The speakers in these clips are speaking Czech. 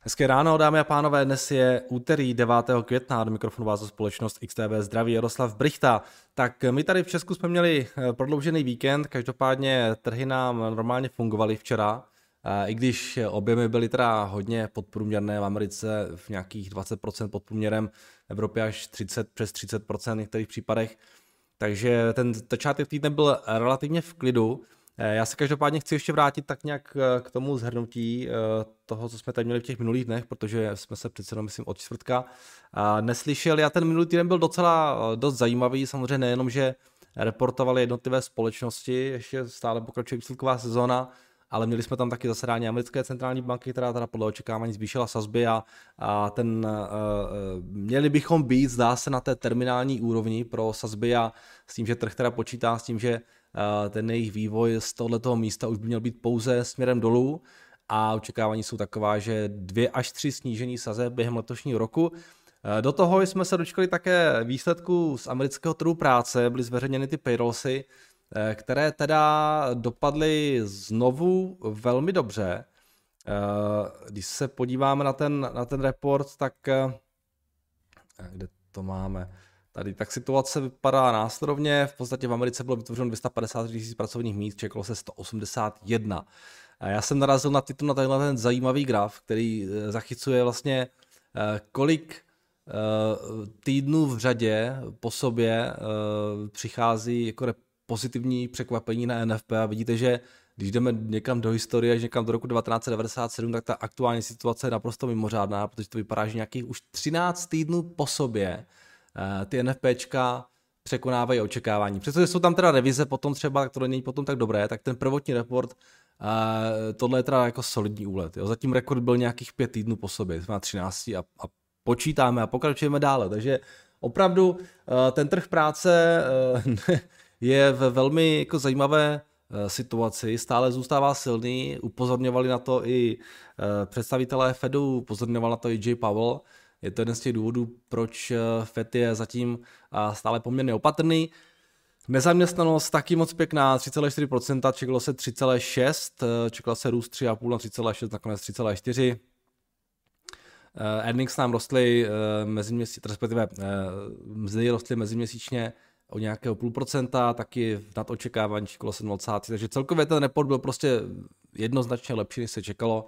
Hezké ráno, dámy a pánové, dnes je úterý 9. května, do mikrofonu vás společnost XTB zdraví Jaroslav Brychta. Tak my tady v Česku jsme měli prodloužený víkend, každopádně trhy nám normálně fungovaly včera, i když objemy byly teda hodně podprůměrné, v Americe v nějakých 20% pod průměrem, v Evropě až 30, přes 30% v některých případech, takže ten začátek týdne byl relativně v klidu. Já se každopádně chci ještě vrátit tak nějak k tomu shrnutí toho, co jsme tady měli v těch minulých dnech, protože jsme se přece jenom, myslím, od čtvrtka neslyšeli a ten minulý týden byl docela dost zajímavý, samozřejmě nejenom, že reportovali jednotlivé společnosti, ještě stále pokračuje výsledková sezóna, ale měli jsme tam taky zasedání americké centrální banky, která teda podle očekávání zvýšila sazby a měli bychom být, zdá se, na té terminální úrovni pro sazby a s tím, že trh teda počítá s tím, že ten jejich vývoj z tohoto místa už by měl být pouze směrem dolů a očekávání jsou taková, že 2 až 3 snížení sazeb během letošního roku. Do toho jsme se dočkali také výsledků z amerického trhu práce, byly zveřejněny ty payrollsy, které teda dopadly znovu velmi dobře. Když se podíváme na ten report, tak kde to máme? Tady tak situace vypadá následovně, v podstatě v Americe bylo vytvořeno 250 000 pracovních míst, čekalo se 181. A já jsem narazil na ten zajímavý graf, který zachycuje vlastně kolik týdnů v řadě po sobě přichází jako pozitivní překvapení na NFP a vidíte, že když jdeme někam do historie, až někam do roku 1997, tak ta aktuální situace je naprosto mimořádná, protože to vypadá, že nějakých už 13 týdnů po sobě ty NFPčka překonávají očekávání. Přestože jsou tam teda revize potom třeba, tak to není potom tak dobré, tak ten prvotní report, tohle je teda jako solidní úlet. Jo. Zatím rekord byl nějakých 5 týdnů po sobě, jsme na 13 a počítáme a pokračujeme dále. Takže opravdu ten trh práce je ve velmi jako zajímavé situaci, stále zůstává silný, upozorňovali na to i představitelé Fedu, upozorňoval na to i Jay Powell. Je to jeden z těch důvodů, proč Fed je zatím stále poměrně opatrný. Nezaměstnanost taky moc pěkná, 3,4%, čekalo se 3,6%, čekalo se růst 3,5 na 3,6, nakonec 3,4%. Earnings nám rostly respektive mzdy rostly meziměsíčně o nějakého 0,5%, taky nad očekávání čekalo se 0,3%, takže celkově ten report byl prostě jednoznačně lepší, než se čekalo.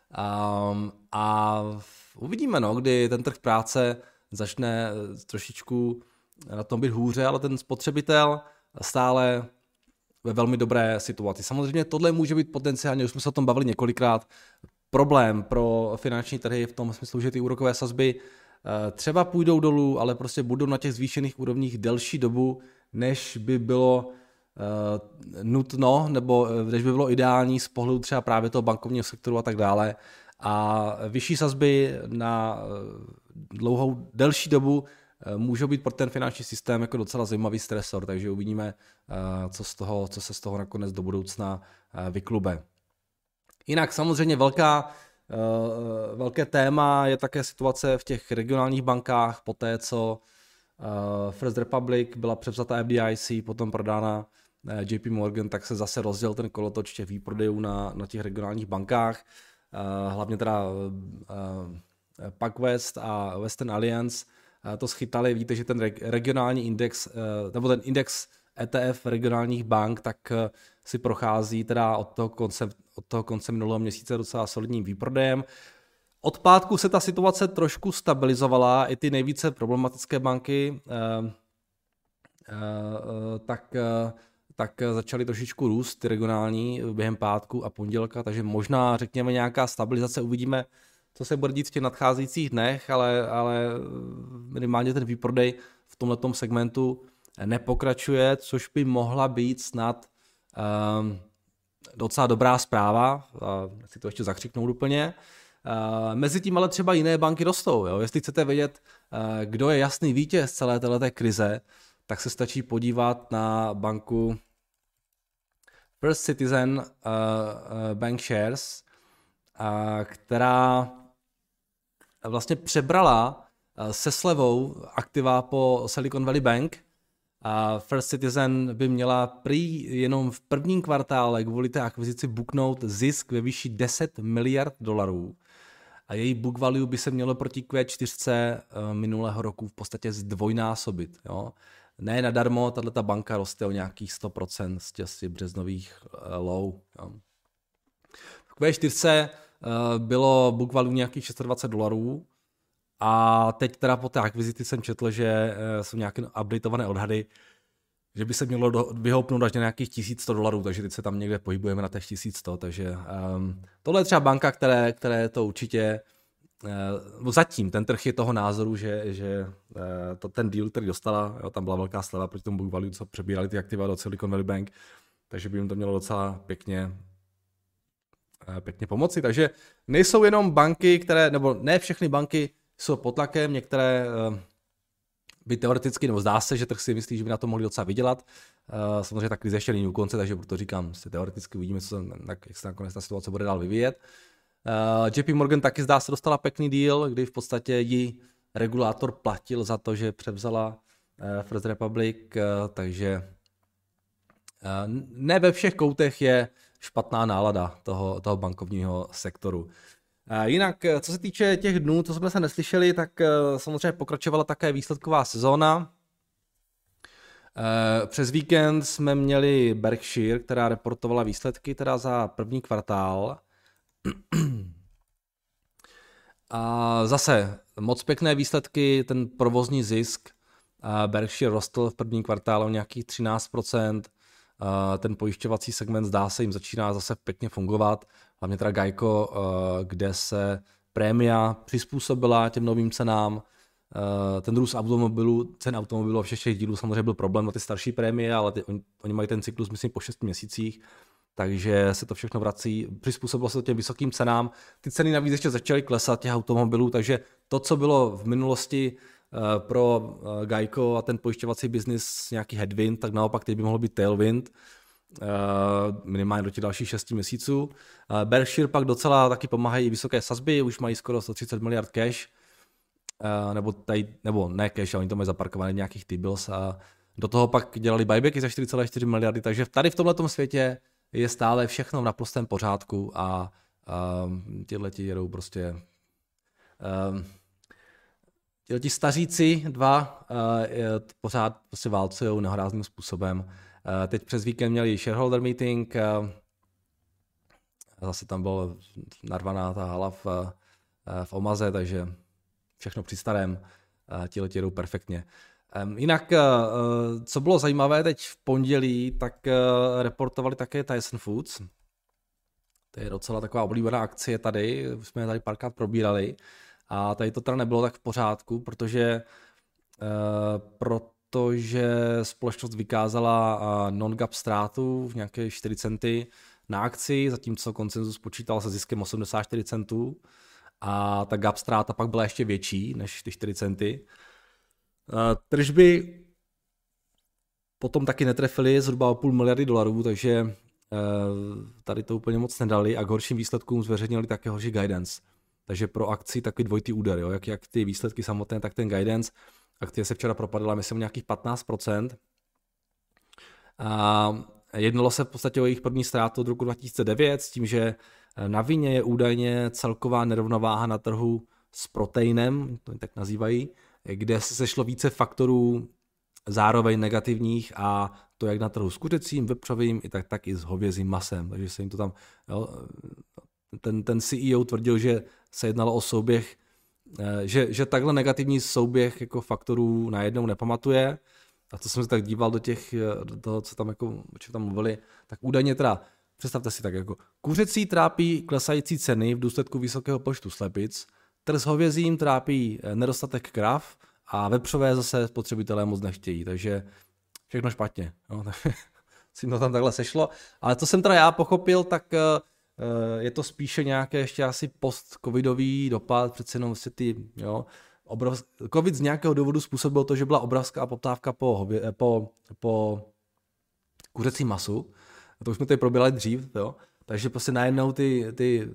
A uvidíme, kdy ten trh práce začne trošičku na tom být hůře, ale ten spotřebitel stále ve velmi dobré situaci. Samozřejmě tohle může být potenciálně, už jsme se o tom bavili několikrát, problém pro finanční trhy v tom smyslu, že ty úrokové sazby třeba půjdou dolů, ale prostě budou na těch zvýšených úrovních delší dobu, než by bylo nutno, nebo než by bylo ideální z pohledu třeba právě toho bankovního sektoru a tak dále. A vyšší sazby na delší dobu můžou být pro ten finanční systém jako docela zajímavý stresor, takže uvidíme, co se z toho nakonec do budoucna vyklube. Jinak samozřejmě velké téma je také situace v těch regionálních bankách, poté co First Republic byla převzata FDIC, potom prodána JP Morgan, tak se zase rozdělil ten kolotoč těch výprodejů na těch regionálních bankách, hlavně teda PacWest a Western Alliance to schytali. Víte, že ten regionální index, nebo ten index ETF regionálních bank, tak si prochází teda od toho konce minulého měsíce docela solidním výprodejem. Od pátku se ta situace trošku stabilizovala, i ty nejvíce problematické banky tak začaly trošičku růst, ty regionální během pátku a pondělka, takže možná řekněme nějaká stabilizace, uvidíme, co se bude dít v těch nadcházejících dnech, ale minimálně ten výprodej v tomhletom segmentu nepokračuje, což by mohla být snad docela dobrá zpráva, chci to ještě zakřiknout úplně. Mezitím ale třeba jiné banky rostou. Jo? Jestli chcete vědět, kdo je jasný vítěz celé této krize, tak se stačí podívat na banku First Citizen Bank Shares, která vlastně přebrala se slevou aktiva po Silicon Valley Bank. First Citizen by měla prý jenom v prvním kvartále kvůli té akvizici buknout zisk ve výši $10 miliard. a její book value by se mělo proti Q4 minulého roku v podstatě zdvojnásobit. Jo? Ne nadarmo, tato banka roste o nějakých 100% z těch březnových low. Jo? V Q4 bylo book value nějakých $620 a teď teda po té akvizici jsem četl, že jsou nějaké updateované odhady, že by se mělo vyhoupnout až na nějakých $1100, takže teď se tam někde pohybujeme na těch 1100, takže tohle je třeba banka, které to určitě, zatím ten trh je toho názoru, že ten deal, který dostala, jo, tam byla velká sleva proti tomu book value, co přebírali ty aktiva do Silicon Valley Bank, takže by jim to mělo docela pěkně pomoci, takže nejsou jenom banky, nebo ne všechny banky jsou pod tlakem, některé by teoreticky, nebo zdá se, že trh si myslí, že by na to mohli docela vydělat. Samozřejmě ta krize ještě není u konce, takže proto říkám, teoreticky uvidíme, jak se nakonec ta situace bude dál vyvíjet. JP Morgan taky zdá se dostala pěkný deal, kdy v podstatě ji regulátor platil za to, že převzala First Republic, takže ne ve všech koutech je špatná nálada toho bankovního sektoru. Jinak, co se týče těch dnů, co jsme se neslyšeli, tak samozřejmě pokračovala také výsledková sezóna. Přes víkend jsme měli Berkshire, která reportovala výsledky teda za první kvartál. A zase moc pěkné výsledky, ten provozní zisk. Berkshire rostl v prvním kvartálu nějakých 13%. Ten pojišťovací segment zdá se jim začíná zase pěkně fungovat. Hlavně teda Geico, kde se prémia přizpůsobila těm novým cenám. Ten růst cen automobilů a všech těch dílů samozřejmě byl problém na ty starší prémie, ale oni mají ten cyklus, myslím, po 6 měsících, takže se to všechno vrací, přizpůsobilo se to těm vysokým cenám. Ty ceny navíc ještě začaly klesat těch automobilů, takže to, co bylo v minulosti pro Geico a ten pojišťovací biznis nějaký headwind, tak naopak teď by mohlo být tailwind, minimálně do těch dalších 6 měsíců. Berkshire pak docela taky pomáhají vysoké sazby, už mají skoro 130 miliard cash, nebo ne cash, ale oni to mají zaparkované v nějakých T-bills a do toho pak dělali buybacky za 4,4 miliardy, takže tady v tomhletom světě je stále všechno v naprostém pořádku a těhleti jedou prostě ti staříci dva pořád prostě válcujou nehorázným způsobem. Teď přes víkend měli shareholder meeting, zase tam byla narvaná ta hala v Omaze, takže všechno při starém, tihleti jedou perfektně. Jinak, co bylo zajímavé, teď v pondělí, tak reportovali také Tyson Foods. To je docela taková oblíbená akcie tady, už jsme je tady párkrát probírali. A tady to teda nebylo tak v pořádku, protože společnost vykázala non-GAAP ztrátu v nějaké 4 centy na akci, zatímco konsenzus počítal se ziskem 84 centů a ta GAAP ztráta pak byla ještě větší než ty 4 centy. Tržby potom taky netrefily zhruba o $0,5 miliardy, takže tady to úplně moc nedali a k horším výsledkům zveřejnili také horší guidance. Takže pro akci takový dvojitý úder, jo? Jak ty výsledky samotné, tak ten guidance. Akcie se včera propadla, myslím, nějakých 15%. A jednalo se v podstatě o jejich první ztrátu od roku 2009 s tím, že na vině je údajně celková nerovnováha na trhu s proteinem, to tak nazývají, kde se sešlo více faktorů zároveň negativních a to jak na trhu s kuřecím, vepřovým, tak i s hovězím masem. Takže se jim to tam... Jo, ten CEO tvrdil, že se jednalo o souběh, že takhle negativní souběh jako faktorů najednou nepamatuje. A to jsem se tak díval do toho, co tam jako, o čem tam mluvili, tak údajně teda, představte si tak, jako kuřecí trápí klesající ceny v důsledku vysokého počtu slepic, trh s hovězím trápí nedostatek krav a vepřové zase spotřebitelé moc nechtějí, takže všechno špatně. No, si to tam takhle sešlo. Ale co jsem teda já pochopil, tak je to spíše nějaké ještě asi post-covidový dopad, přece jenom vlastně covid z nějakého důvodu způsobil to, že byla obrovská poptávka po kuřecím masu. A to už jsme tady probírali dřív, jo. Takže prostě najednou ty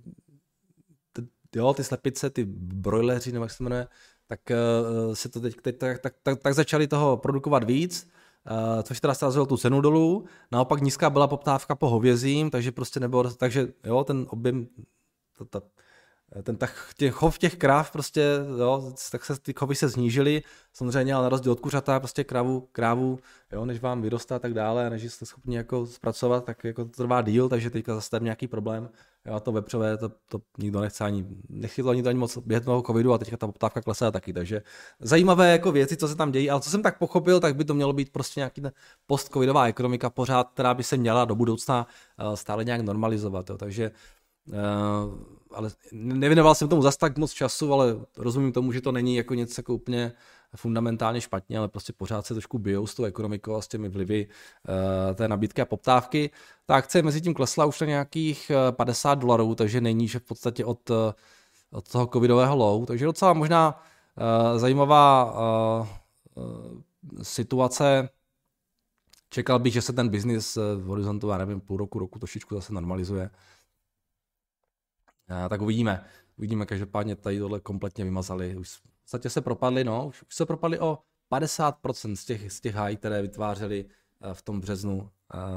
slepice, ty brojleři, nebo jak se jmenuje, tak se to tak začali toho produkovat víc, což teda srazilo tu cenu dolů. Naopak nízká byla poptávka po hovězím, takže prostě nebylo, takže jo, ten objem, Ten chov těch kráv prostě, jo, tak se ty chovy se snížily, samozřejmě, ale na rozdíl od kuřata, prostě krávu, jo, než vám vyrostá a tak dále, než jste schopni jako zpracovat, tak jako to trvá díl, takže teďka zase tam nějaký problém. Jo, a to vepřové, to nikdo nechce nechytlo ani to ani moc během toho covidu a teďka ta poptávka klesá taky, takže zajímavé jako věci, co se tam dějí, ale co jsem tak pochopil, tak by to mělo být prostě nějaký post-covidová ekonomika pořád, která by se měla do budoucna stále nějak normalizovat, jo, takže ale nevěnoval jsem tomu zas tak moc času, ale rozumím tomu, že to není jako něco jako úplně fundamentálně špatně, ale prostě pořád se trošku bijou s tou ekonomikou a s těmi vlivy té nabídky a poptávky. Ta akce mezi tím klesla už na nějakých $50, takže nejníže v podstatě od toho covidového low, takže docela možná zajímavá situace. Čekal bych, že se ten biznis v horizontu, já nevím, půl roku trošičku zase normalizuje. Tak uvidíme, každopádně tady tohle kompletně vymazali. Už v podstatě se propadli, už se propadli o 50% z těch hájí, které vytvářeli v tom březnu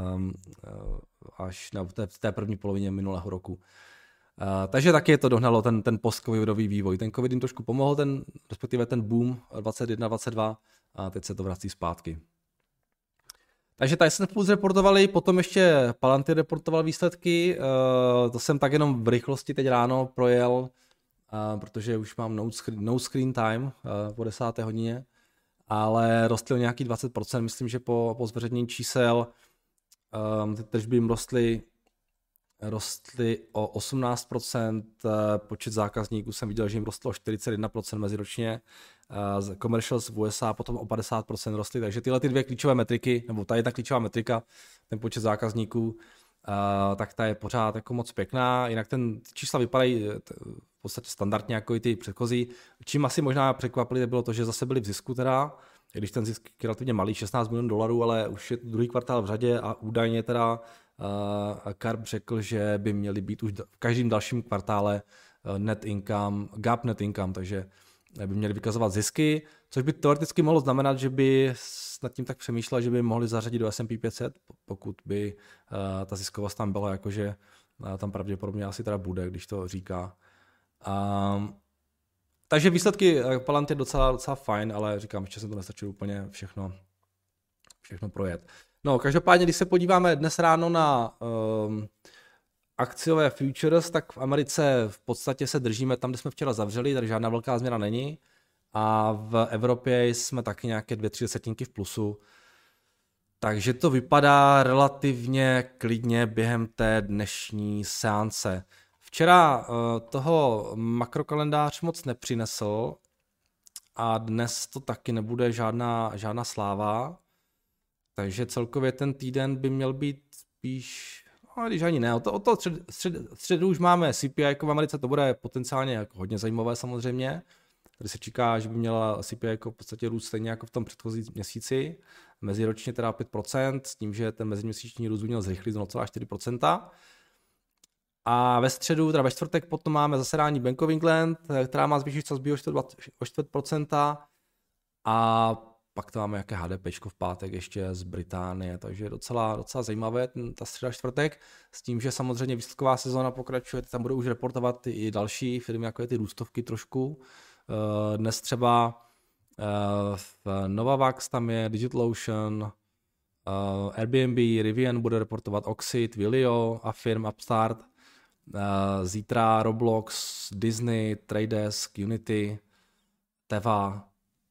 až v té první polovině minulého roku. Takže taky je to dohnalo ten post-covidový vývoj. Ten covid jim trošku pomohl, respektive ten boom 21-22 a teď se to vrací zpátky. Takže tady jsme Foods reportovali, potom ještě Palantir reportoval výsledky, to jsem tak jenom v rychlosti teď ráno projel, protože už mám no screen time po 10. hodině, ale rostly nějaký 20%, myslím, že po zveřejnění čísel ty tržby jim rostly o 18%, počet zákazníků jsem viděl, že jim rostlo o 41% meziročně, commercials v USA potom o 50% rostly, takže tyhle ty dvě klíčové metriky, nebo ta jedna klíčová metrika, ten počet zákazníků, tak ta je pořád jako moc pěkná, jinak ty čísla vypadají v podstatě standardně jako i ty předchozí. Čím asi možná překvapili, bylo to, že zase byli v zisku teda, i když ten zisk je relativně malý, $16 milionů, ale už je druhý kvartál v řadě a údajně teda Karp řekl, že by měli být už v každém dalším kvartále GAAP net income, takže by měli vykazovat zisky, což by teoreticky mohlo znamenat, že by nad tím tak přemýšlel, že by mohli zařadit do S&P 500, pokud by ta ziskovost tam byla, jakože tam pravděpodobně asi teda bude, když to říká. Takže výsledky Palantir je docela fajn, ale říkám, ještě jsem to nestačil úplně všechno projet. No, každopádně, když se podíváme dnes ráno na akciové futures, tak v Americe v podstatě se držíme tam, kde jsme včera zavřeli, tady žádná velká změna není. A v Evropě jsme taky nějaké 2-3 v plusu. Takže to vypadá relativně klidně během té dnešní seance. Včera toho makrokalendář moc nepřinesl a dnes to taky nebude žádná sláva. Takže celkově ten týden by měl být spíš, když ani ne, o to středu už máme CPI jako v Americe, to bude potenciálně jako hodně zajímavé samozřejmě. Tady se čeká, že by měla CPI jako v podstatě růst stejně jako v tom předchozí měsíci, meziročně teda 5%, s tím, že ten meziměsíční růst by měl zrychlit z 0,4%. A ve středu, teda ve čtvrtek potom máme zasedání Bank of England, která má zvýšit sazby o 4% a pak to máme nějaké HDPčko v pátek ještě z Británie, takže docela zajímavé ta středa čtvrtek, s tím, že samozřejmě výsledková sezóna pokračuje, tam budou už reportovat i další firmy, jako je ty růstovky trošku. Dnes třeba v Novavax tam je DigitalOcean, Airbnb, Rivian bude reportovat Oxid, Willio, Affirm, Upstart, zítra Roblox, Disney, Trade Desk, Unity, Teva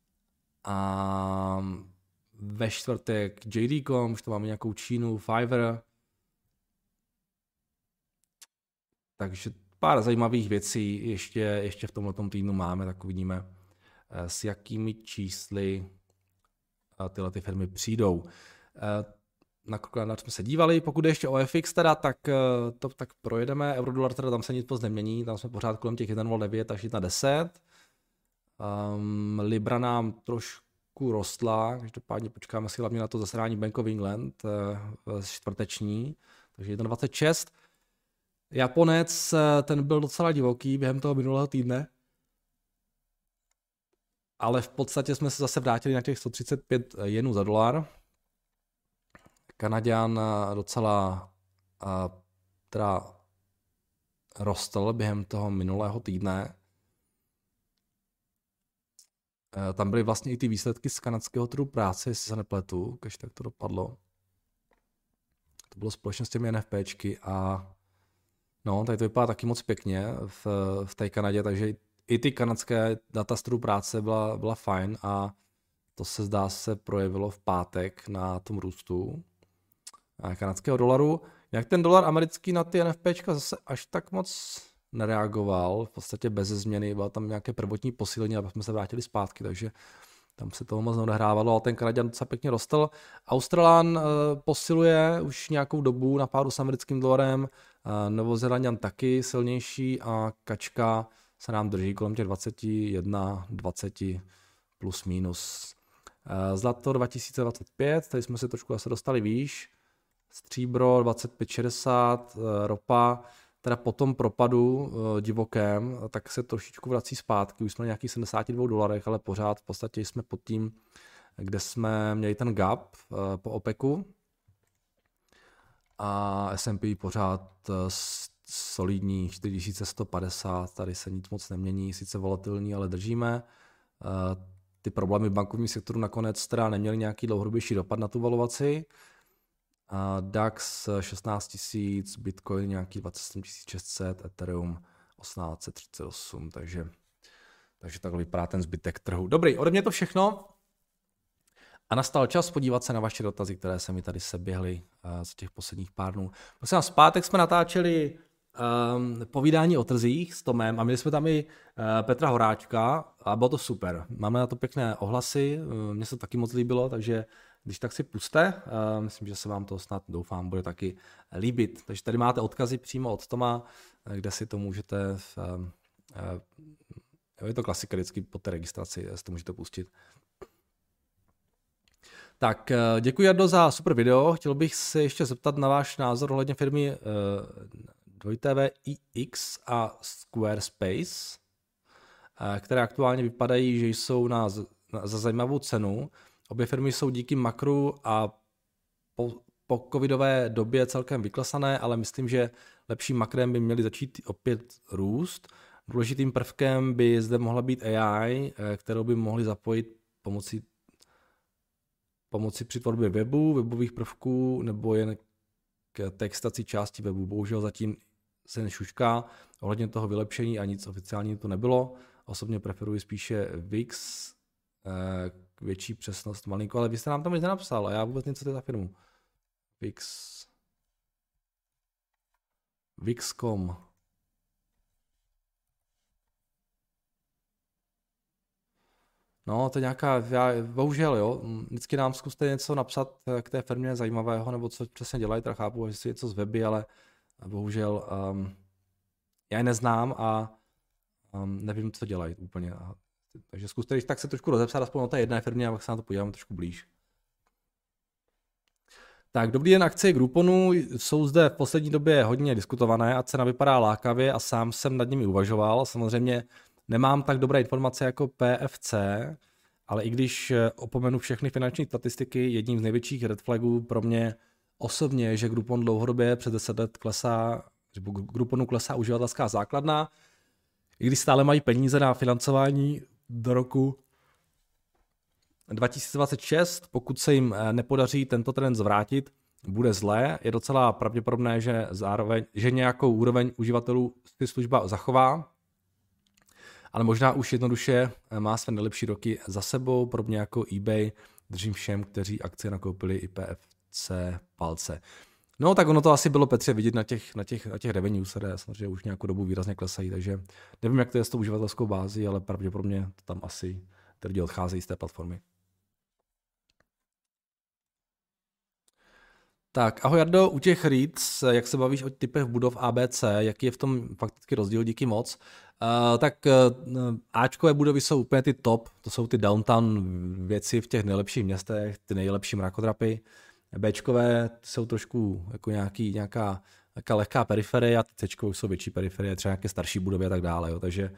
a ve čtvrtek JD.com, už to máme nějakou Čínu, Fiverr. Takže pár zajímavých věcí ještě v tomhletom týdnu máme, tak uvidíme, s jakými čísly tyhle ty firmy přijdou. Na kalendář jsme se dívali, pokud je ještě o FX teda, tak to tak projedeme. Eurodolar teda tam se nic moc nemění, tam jsme pořád kolem těch 1,09 až 1,10. Libra nám trošku rostla, každopádně počkáme si hlavně na to zasedání Bank of England čtvrteční, takže 1,26. Japonec, ten byl docela divoký během toho minulého týdne, ale v podstatě jsme se zase vrátili na těch 135 jenů za dolar. Kanaďan docela teda rostl během toho minulého týdne. Tam byly vlastně i ty výsledky z kanadského trhu práce, jestli se nepletu, když tak to dopadlo. To bylo společně s těmi NFPčky a no, tady to vypadá taky moc pěkně v té Kanadě, takže i ty kanadské data z trhu práce byla fajn a to se zdá se projevilo v pátek na tom růstu kanadského dolaru. Jak ten dolar americký na ty NFPčka zase až tak moc nereagoval, v podstatě bez změny, bylo tam nějaké prvotní posílení, aby jsme se vrátili zpátky, takže tam se toho moc neodehrávalo, ale ten Kanaďan docela pěkně rostl. Australan posiluje už nějakou dobu na pádu s americkým dolarem, Novozélanďan taky silnější a kačka se nám drží kolem těch 21, 20 plus minus. Zlato 2025, tady jsme se trošku zase dostali výš, stříbro 25,60, ropa, teda po tom propadu divokém, tak se trošičku vrací zpátky, už jsme na nějakých $72, ale pořád v podstatě jsme pod tím, kde jsme měli ten gap po OPECu a S&P pořád solidní 4150, tady se nic moc nemění, sice volatilní, ale držíme. Ty problémy v bankovním sektoru nakonec teda neměly nějaký dlouhodobější dopad na tu valuaci. DAX 16 000, Bitcoin nějaký 27 600, Ethereum 1838, takže takhle vypadá ten zbytek trhu. Dobrý, ode mě to všechno a nastal čas podívat se na vaše dotazy, které se mi tady seběhly z těch posledních pár dnů. Prosím vás, v pátek jsme natáčeli povídání o trzích s Tomem a měli jsme tam i Petra Horáčka a bylo to super. Máme na to pěkné ohlasy, mně se to taky moc líbilo, takže když tak si pusťte, myslím, že se vám to snad, doufám, bude taky líbit. Takže tady máte odkazy přímo od Toma, kde si to můžete, je to klasika vždycky po té registraci, si to můžete pustit. Tak, děkuji Jardo za super video. Chtěl bych se ještě zeptat na váš názor ohledně firmy 2TVX a Squarespace, které aktuálně vypadají, že jsou za zajímavou cenu. Obě firmy jsou díky makru a po covidové době celkem vyklesané, ale myslím, že lepším makrem by měly začít opět růst. Důležitým prvkem by zde mohla být AI, kterou by mohli zapojit pomocí při tvorbě webu, webových prvků nebo jen k textaci části webu. Bohužel zatím se nešušká ohledně toho vylepšení a nic oficiálně to nebylo. Osobně preferuji spíše Wix, větší přesnost malinko, ale vy jste nám tam nic nenapsal a já vůbec něco za firmu. Wix.com. No, to je nějaká, bohužel jo, vždycky nám zkuste něco napsat k té firmě zajímavého, nebo co přesně dělají, tak chápu, že si něco z weby, ale bohužel já je neznám a nevím, co dělají úplně. Takže zkuste, když tak se trošku rozepsat aspoň o té jedné firmě a pak se na to podíváme trošku blíž. Tak, dobrý den, akcie Grouponu jsou zde v poslední době hodně diskutované a cena vypadá lákavě a sám jsem nad nimi uvažoval. Samozřejmě nemám tak dobré informace jako PFC, ale i když opomenu všechny finanční statistiky, jedním z největších red flagů pro mě osobně je, že Groupon dlouhodobě přes 10 let klesá, že Grouponu klesá uživatelská základna, i když stále mají peníze na financování do roku 2026, pokud se jim nepodaří tento trend zvrátit, bude zlé. Je docela pravděpodobné, že nějakou úroveň uživatelů si služba zachová, ale možná už jednoduše má své nejlepší roky za sebou, podobně jako eBay. Držím všem, kteří akcie nakoupili i PFC palce. No tak ono to asi bylo, Petře, vidět na těch revenues, které samozřejmě už nějakou dobu výrazně klesají, takže nevím, jak to je s tou uživatelskou bází, ale pravděpodobně tam asi ty lidi odcházejí z té platformy. Tak, ahoj Jardo, u těch REITs, jak se bavíš o typech budov ABC, jaký je v tom fakticky rozdíl, díky moc. Ačkové budovy jsou úplně ty top, to jsou ty downtown věci v těch nejlepších městech, ty nejlepší mrakodrapy. Bčkové jsou trošku jako nějaká lehká periferie a ty Cčkové jsou větší periferie, třeba nějaké starší budovy a tak dále. Jo. Takže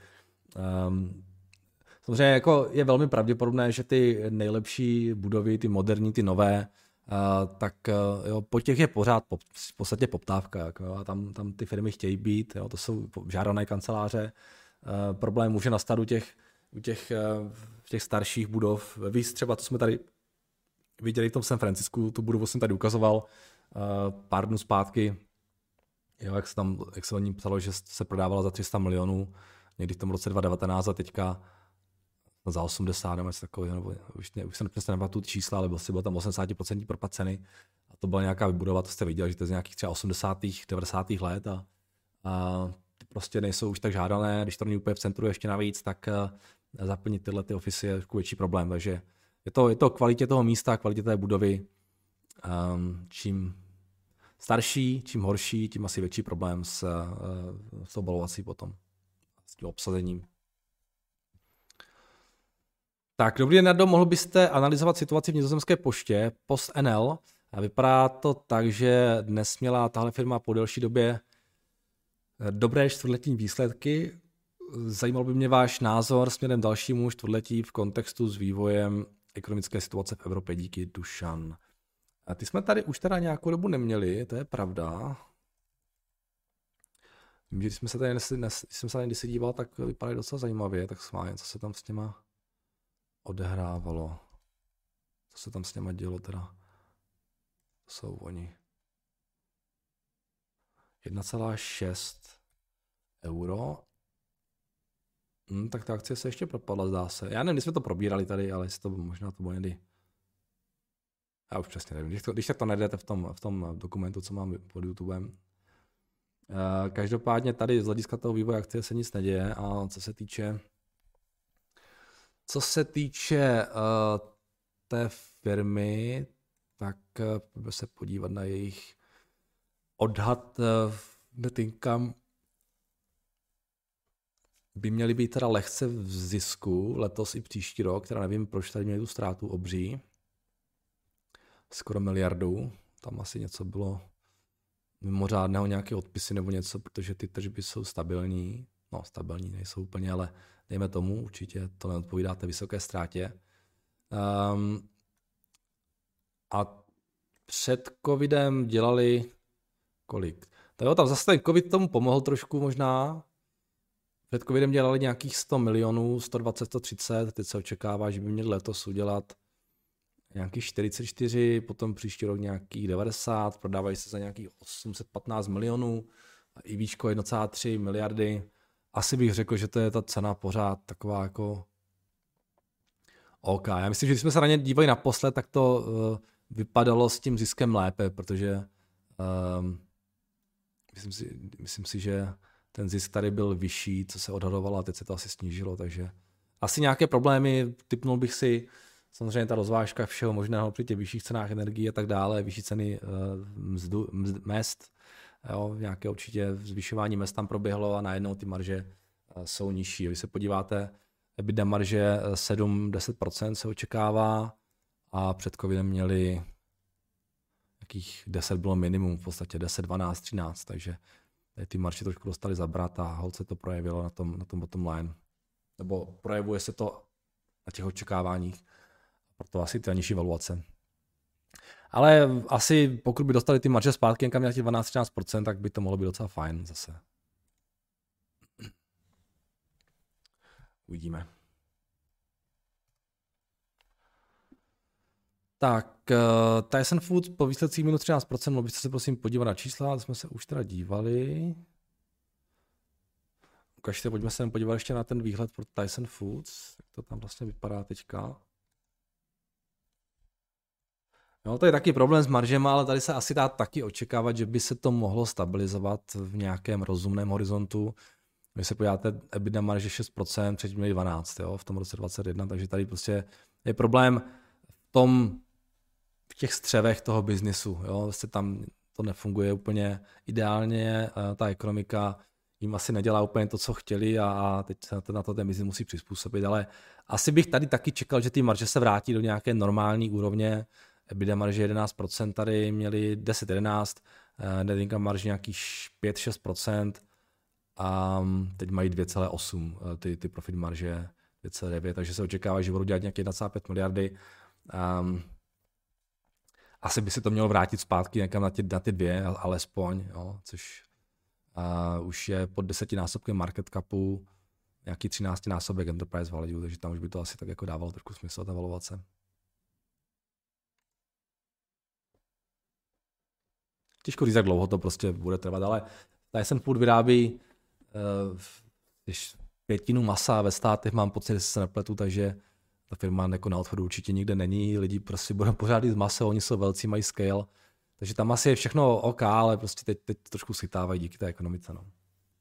samozřejmě jako je velmi pravděpodobné, že ty nejlepší budovy, ty moderní, ty nové, tak jo, po těch je pořád v podstatě poptávka, jako, jo, a tam ty firmy chtějí být, jo, to jsou žádané kanceláře. Problém může nastat u těch starších budov. Víc třeba, to jsme tady viděli v tom San Francisku, tu budovu jsem tady ukazoval pár dnů zpátky, jo, jak se o ní psalo, že se prodávala za 300 milionů, někdy v tom roce 2019 a teďka za 80 nebo něco takového, nebo už se přesně nepamatuju čísla, ale byl tam 80% propad ceny a to byla nějaká vybudova, to jste viděli, že to je z nějakých třeba 80. 90. let a ty prostě nejsou už tak žádané, když to není úplně v centru ještě navíc, tak zaplnit tyhle ty ofisy je větší problém, takže je to kvalitě toho místa, kvalitě té budovy, čím starší, čím horší, tím asi větší problém s obalovací potom, s tím obsazením. Tak, dobrý den, Nardo, mohl byste analyzovat situaci v Nizozemské poště PostNL? Vypadá to tak, že dnes měla tahle firma po delší době dobré čtvrtletní výsledky. Zajímal by mě váš názor směrem dalšímu čtvrtletí v kontextu s vývojem ekonomické situace v Evropě. Díky, Dušan. A ty jsme tady už teda nějakou dobu neměli, to je pravda. Vím, že když jsem se tady kdysi díval, tak vypadaly docela zajímavě, tak schválně, co se tam s těma odehrávalo. Co se tam s něma dělo teda? To jsou oni. 1,6 euro. Tak ta akcie se ještě propadla, zdá se. Já nevím, když jsme to probírali tady, ale jestli to možná to bylo někdy. Já už přesně nevím. Když tak to najdete v tom dokumentu, co mám pod YouTubem. Každopádně tady z hlediska toho vývoje akcie se nic neděje a co se týče té firmy, tak pojďme se podívat na jejich odhad net income. By měly být teda lehce v zisku letos i příští rok, teda nevím, proč tady měli tu ztrátu obří. Skoro 1 miliardu, tam asi něco bylo mimořádného, nějaké odpisy nebo něco, protože ty tržby jsou stabilní. No, stabilní nejsou úplně, ale dejme tomu, určitě to neodpovídá té vysoké ztrátě. A před covidem dělali kolik? Tam zase ten covid tomu pomohl trošku možná. Před covidem dělali nějakých 100 milionů, 120, 130, teď se očekává, že by měli letos udělat nějakých 44, potom příští rok nějakých 90, prodávají se za nějakých 815 milionů, i výško 1,3 miliardy. Asi bych řekl, že to je ta cena pořád taková jako OK. Já myslím, že když jsme se na ně dívali naposled, tak to vypadalo s tím ziskem lépe, protože myslím si, že ten zisk tady byl vyšší, co se odhadovalo a teď se to asi snížilo, takže asi nějaké problémy, tipnul bych si, samozřejmě ta rozvážka všeho možného při těch vyšších cenách energií a tak dále, vyšší ceny mezd, jo, nějaké určitě zvyšování mezd tam proběhlo a najednou ty marže jsou nižší. Když se podíváte, EBITDA marže 7-10% se očekává a před covidem měli jakých 10 bylo minimum, v podstatě 10, 12, 13, takže ty marže trošku dostali zabrat a holt se to projevilo na tom bottom line. Nebo projevuje se to na těch očekáváních, proto asi ty nižší valuace. Ale asi pokud by dostali ty marže zpátky někam na těch 12-13%, tak by to mohlo být docela fajn zase. Uvidíme. Tak, Tyson Foods po výsledcích minus 13%, mohli byste se prosím podívat na čísla, ale jsme se už teda dívali. Ukažte, pojďme se podívat ještě na ten výhled pro Tyson Foods, jak to tam vlastně vypadá teďka. No, to je taky problém s maržema, ale tady se asi dá taky očekávat, že by se to mohlo stabilizovat v nějakém rozumném horizontu. Když se podíváte, EBITDA marže 6%, předtím měli 12%, jo, v tom roce 2021, takže tady prostě je problém v těch střevech toho biznisu, jo, vlastně tam to nefunguje úplně ideálně, ta ekonomika jim asi nedělá úplně to, co chtěli a teď se na to ten biznis musí přizpůsobit, ale asi bych tady taky čekal, že ty marže se vrátí do nějaké normální úrovně, EBITDA marže 11%, tady měli 10-11%, net income marže nějakých 5-6%, a teď mají 2,8, ty profit marže 2,9, takže se očekává, že budou dělat nějaké 1,5 miliardy. asi by si to mělo vrátit zpátky někam na ty 2, alespoň, jo, což už je pod 10násobkem market capu, nějaký 13násobek enterprise value, takže tam už by to asi tak jako dávalo trošku smysl, ta valuace. Těžko říct, jak dlouho to prostě bude trvat, ale Tyson Food vyrábí pětinu masa ve státech, mám pocit, že se nepletu, takže ta firma jako na odchodu určitě nikde není, lidi prostě budou pořád jít maso, oni jsou velcí, mají scale, takže tam asi je všechno OK, ale prostě teď trošku schytávají díky té ekonomice. No.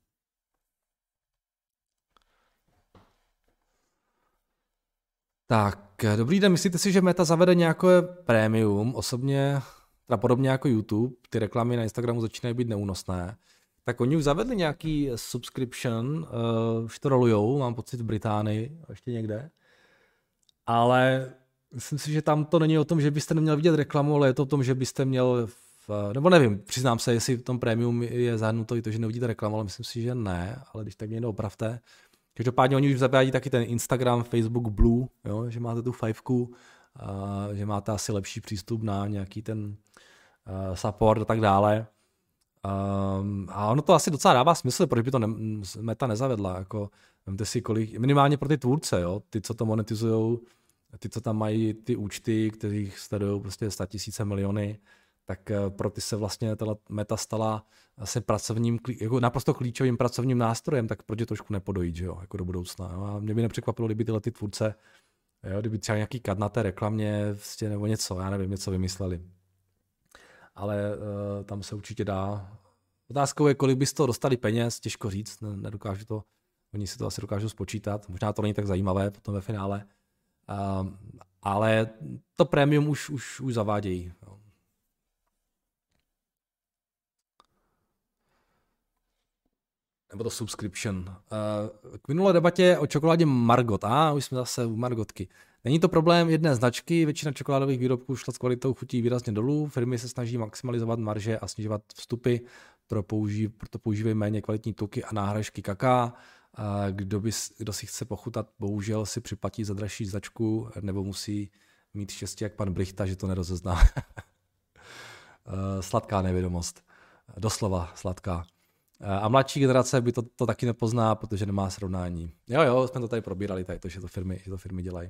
Tak, dobrý den, myslíte si, že Meta zavede nějaké prémium, osobně, teda podobně jako YouTube, ty reklamy na Instagramu začínají být neúnosné, tak oni už zavedli nějaký subscription, už to rolujou, mám pocit v Británii a ještě někde, ale myslím si, že tam to není o tom, že byste neměl vidět reklamu, ale je to o tom, že byste měl, nebo nevím, přiznám se, jestli v tom prémium je zahrnuto i to, že neuvidíte reklamu, ale myslím si, že ne, ale když tak mě to opravte. Každopádně oni už zavádí taky ten Instagram, Facebook Blue, jo, že máte tu 5, že máte asi lepší přístup na nějaký ten support a tak dále. A ono to asi docela dává smysl, proč by to Meta nezavedla. Jako, vemte si kolik, minimálně pro ty tvůrce, jo, ty, co to monetizujou, ty, co tam mají ty účty, kterých sledují prostě 100 000 miliony, tak pro ty se vlastně ta Meta stala asi pracovním, jako naprosto klíčovým pracovním nástrojem, tak proč je trošku nepodojít, že jo, jako do budoucna. Jo? A mě by nepřekvapilo, kdyby tyhle ty tvůrce, jo, kdyby třeba nějaký kat na té reklamě vlastně, nebo něco, já nevím, něco vymysleli. Ale tam se určitě dá. Otázkou je, kolik by z toho dostali peněz, těžko říct, nedokážu to, oni si to asi dokážou spočítat, možná to není tak zajímavé potom ve finále, ale to prémium už zavádějí. Jo. Nebo to subscription. K minulé debatě o čokoládě Margot. Už jsme zase u Margotky. Není to problém jedné značky, většina čokoládových výrobků šla s kvalitou chutí výrazně dolů, firmy se snaží maximalizovat marže a snižovat vstupy, proto používají méně kvalitní tuky a náhražky kaká. Kdo si chce pochutat, bohužel si připlatí za dražší značku, nebo musí mít štěstí jak pan Brichta, že to nerozezná. Sladká nevědomost. Doslova sladká. A mladší generace by to taky nepozná, protože nemá srovnání. Jo, jsme to tady probírali, tady to, že to firmy dělají.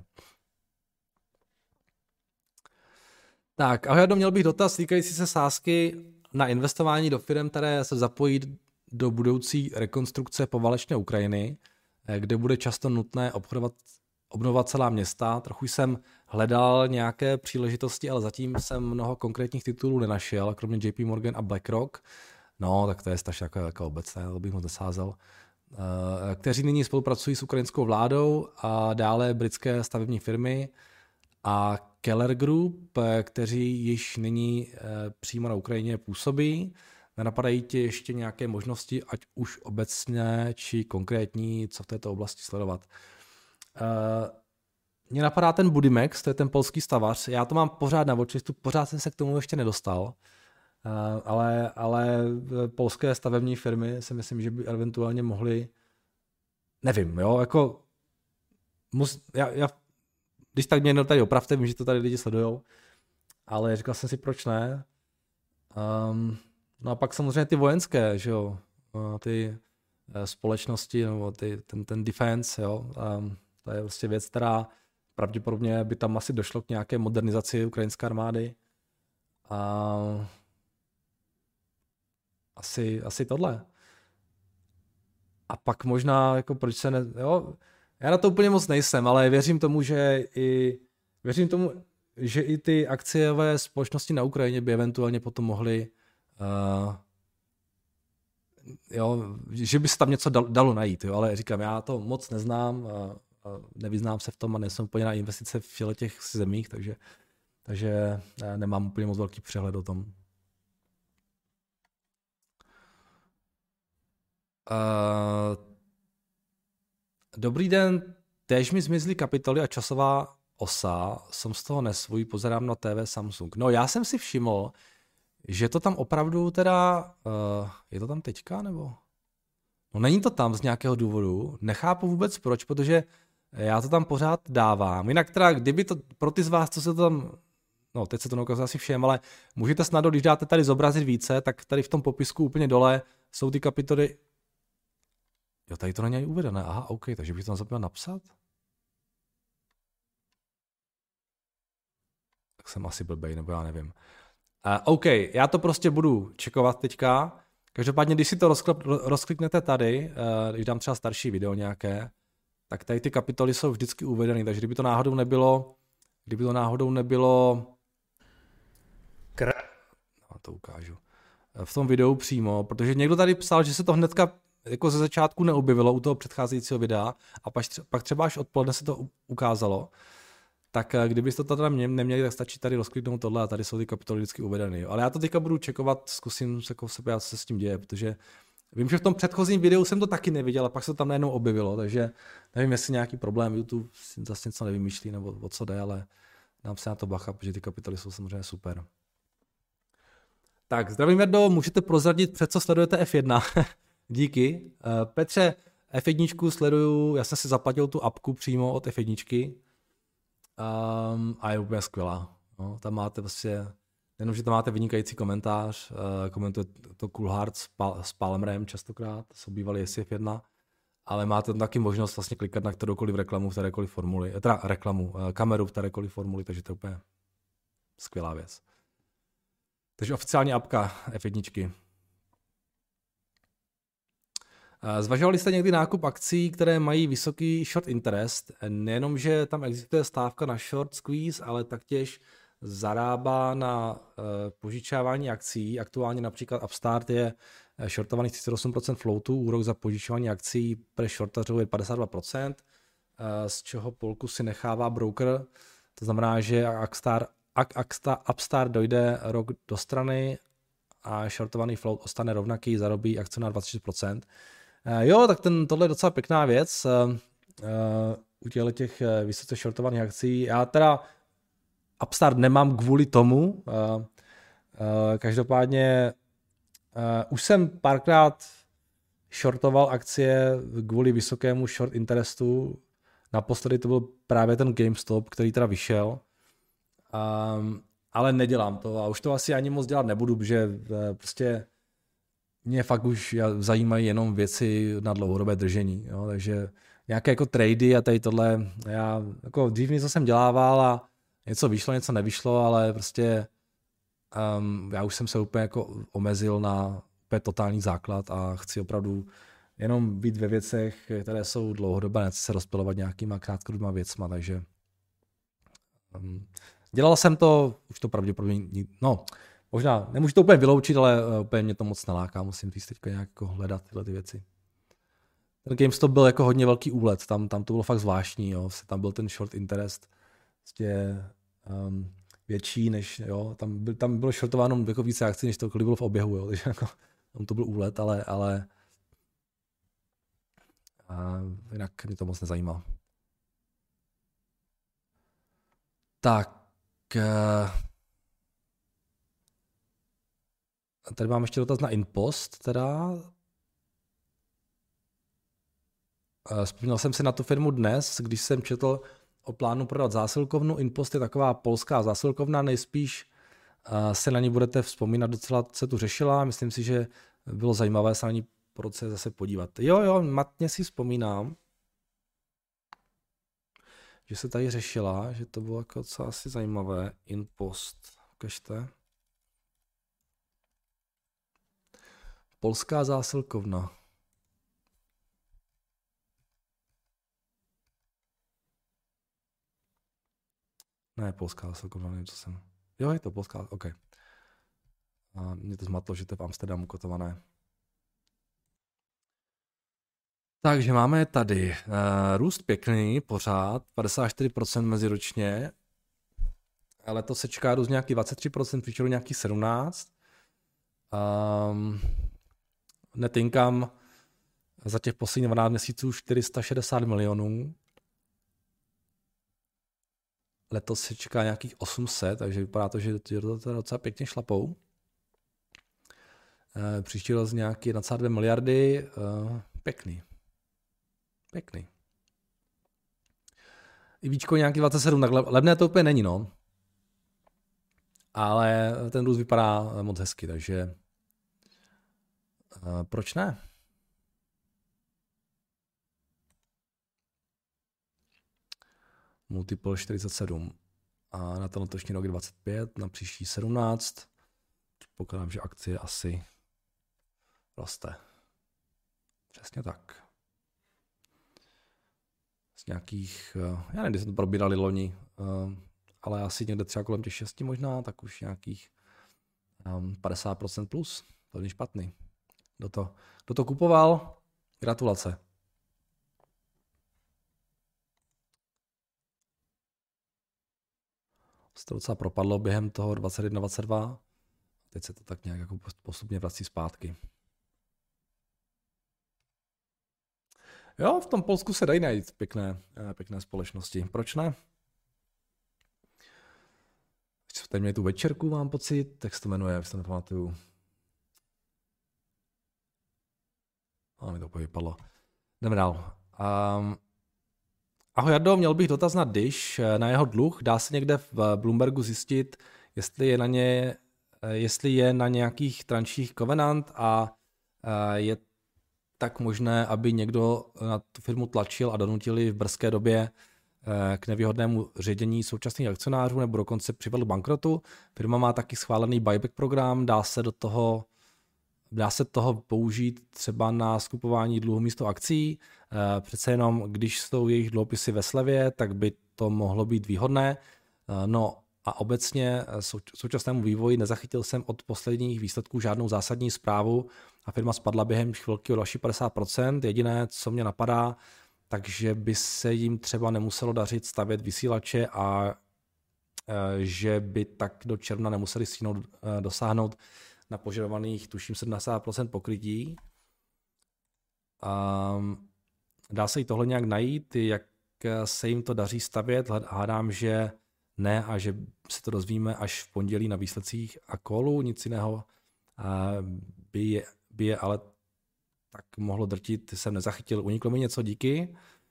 Tak, ahoj, měl bych dotaz týkající se sázky na investování do firm, které se zapojí do budoucí rekonstrukce poválečné Ukrajiny, kde bude často nutné obnovovat celá města. Trochu jsem hledal nějaké příležitosti, ale zatím jsem mnoho konkrétních titulů nenašel, kromě JP Morgan a BlackRock. No, tak to je strašně jako obecné, to bych moc nesázel. Kteří nyní spolupracují s ukrajinskou vládou a dále britské stavební firmy a Keller Group, kteří již nyní přímo na Ukrajině působí. Nenapadají ti ještě nějaké možnosti, ať už obecně či konkrétní, co v této oblasti sledovat? Mně napadá ten Budimex, to je ten polský stavař. Já to mám pořád na watchlistu, pořád jsem se k tomu ještě nedostal. Ale polské stavební firmy si myslím, že by eventuálně mohly, nevím, jo, jako já když tak mě tady opravte, vím, že to tady lidi sledujou, ale říkal jsem si, proč ne. No a pak samozřejmě ty vojenské, že jo, ty společnosti, nebo ten defense, jo, to je vlastně věc, která pravděpodobně by tam asi došlo k nějaké modernizaci ukrajinské armády. Asi tohle. A pak možná, jako proč se jo, já na to úplně moc nejsem, ale věřím tomu, že i ty akciové společnosti na Ukrajině by eventuálně potom mohly, že by se tam něco dalo najít, jo, ale říkám, já to moc neznám, nevyznám se v tom a nejsem úplně na investice v těch zemích, takže nemám úplně moc velký přehled o tom. Dobrý den, též mi zmizly kapitoly a časová osa, jsem z toho nesvůj, pozerám na TV Samsung. No já jsem si všiml, že to tam opravdu teda, je to tam teďka nebo? No není to tam z nějakého důvodu, nechápu vůbec proč, protože já to tam pořád dávám. Jinak teda, kdyby to pro ty z vás, co se to tam no teď se to neukazuje asi všem, ale můžete snadno, když dáte tady zobrazit více, tak tady v tom popisku úplně dole jsou ty kapitoly. Jo, tady to není uvedené, aha, OK, takže bych to zapomněl napsat? Tak jsem asi blbej, nebo já nevím. OK, já to prostě budu čekovat teďka. Každopádně, když si to rozkliknete tady, když dám třeba starší video nějaké, tak tady ty kapitoly jsou vždycky uvedeny, takže kdyby to náhodou nebylo, no, to ukážu, v tom videu přímo, protože někdo tady psal, že se to hnedka jako ze začátku neobjevilo u toho předcházejícího videa a pak třeba až odpoledne se to ukázalo, tak kdybyste to teda neměli, tak stačí tady rozkliknout tohle a tady jsou ty kapitoly vždycky uvedeny. Ale já to teďka budu čekovat, zkusím se podívat, co se s tím děje, protože vím, že v tom předchozím videu jsem to taky neviděl a pak se to tam najednou objevilo, takže nevím, jestli nějaký problém YouTube si zase něco nevymýšlí nebo o co jde, ale dám se na to bacha, protože ty kapitoly jsou samozřejmě super. Tak, zdravím Jardo, můžete prozradit, před co sledujete F1? Díky. Petře, F1 sleduju, já jsem si zaplatil tu apku přímo od F1 a je úplně skvělá. No, tam máte prostě, jenom, že tam máte vynikající komentář, komentuje to Coulthard s Palmerem častokrát, jsou bývalý SF1, ale máte tam taky možnost vlastně klikat na kteroukoliv reklamu v kterékoliv formuli, teda kameru v kterékoliv formuli, takže to je úplně skvělá věc. Takže oficiální apka F1. Zvažovali jste někdy nákup akcí, které mají vysoký short interest? Nejenom, že tam existuje stávka na short squeeze, ale taktěž zarábá na požičávání akcí. Aktuálně například Upstart je shortovaný 38% floatu, úrok za požičování akcí pre shortařů je 52%, z čeho polku si nechává broker. To znamená, že Upstart dojde rok do strany a shortovaný float ostane rovnaký, zarobí akcionář 26%. Jo, tak tohle je docela pěkná věc u těch vysoce shortovaných akcí. Já teda Upstart nemám kvůli tomu, každopádně už jsem párkrát shortoval akcie kvůli vysokému short interestu. Naposledy to byl právě ten GameStop, který teda vyšel, ale nedělám to a už to asi ani moc dělat nebudu, protože prostě mě fakt už zajímají jenom věci na dlouhodobé držení, jo? Takže nějaké jako trady a tady tohle, já jako dřív něco jsem dělával a něco vyšlo, něco nevyšlo, ale prostě já už jsem se úplně jako omezil na úplně totální základ a chci opravdu jenom být ve věcech, které jsou dlouhodobé, nechci se rozpilovat nějakýma krátkodobýma věcma, takže dělal jsem to, už to pravděpodobně, no možná, nemůžu to úplně vyloučit, ale úplně mě to moc neláká, musím říct teďka nějak jako hledat tyhle ty věci. Ten GameStop byl jako hodně velký úlet, tam to bylo fakt zvláštní, jo. Tam byl ten short interest vlastně větší než, jo, tam bylo shortováno jako více akcí, než to kolik bylo v oběhu, jo, takže jako, tam to byl úlet, ale jinak mě to moc nezajímá. Tak, tady mám ještě dotaz na InPost, teda. Vzpomněl jsem si na tu firmu dnes, když jsem četl o plánu prodat zásilkovnu. InPost je taková polská zásilkovna, nejspíš se na ní budete vzpomínat, docela se tu řešila. Myslím si, že bylo zajímavé se na ní po roce zase podívat. Jo, matně si vzpomínám, že se tady řešila, že to bylo jako docela asi zajímavé. InPost, ukažte. Polská zásilkovna. Ne, polská zásilkovna, nevím, co jsem. Jo, je to polská, OK. A mě to zmatlo, že to je v Amsterdamu kotované. Takže máme tady růst pěkný, pořád, 54% meziročně. Letos se čeká růst nějaký 23%, příští nějaký 17%. Net income za těch posledních 12 měsíců 460 milionů. Letos se čeká nějakých 800, takže vypadá to, že to docela pěkně šlapou. Příští rok nějaký 1,2 miliardy. Pěkný. I víčko nějaký 27, tak levné to úplně není, no. ale ten růst vypadá moc hezky, takže proč ne? Multiple 47 a na ten letošní rok 25, na příští 17. Pokládám, že akcie asi roste. Přesně tak. Z nějakých, já nevím, kdy jsme to probírali loni, ale asi někde třeba kolem těch 6 možná, tak už nějakých 50% plus. To není špatný. Kdo to kupoval? Gratulace. Se to docela propadlo během toho 21-22. Teď se to tak nějak jako postupně vrací zpátky. Jo, v tom Polsku se dají najít pěkné společnosti. Proč ne? Teď měli tu večerku, mám pocit, jak se to jmenuje, už to nepamatuju. A mi to úplně vypadlo. Jdeme dál. Ahoj Jardo, měl bych dotaz na Dish, na jeho dluh. Dá se někde v Bloombergu zjistit, jestli je na nějakých tranších covenant a je tak možné, aby někdo na tu firmu tlačil a donutili v brzké době k nevýhodnému ředění současných akcionářů nebo dokonce přivedl k bankrotu. Firma má taky schválený buyback program, dá se toho použít třeba na skupování dluhu místo akcí. Přece jenom, když jsou jejich dluhopisy ve slevě, tak by to mohlo být výhodné. No a obecně současnému vývoji nezachytil jsem od posledních výsledků žádnou zásadní zprávu a firma spadla během chvilky o další 50%. Jediné, co mě napadá, takže by se jim třeba nemuselo dařit stavět vysílače a že by tak do června nemuseli dosáhnout na požadovaných tuším 70% pokrytí. Dá se jí tohle nějak najít, jak se jim to daří stavět? Hádám, že ne a že se to dozvíme až v pondělí na výsledcích a kolu, nic jiného by je ale tak mohlo drtit, jsem nezachytil, uniklo mi něco, díky.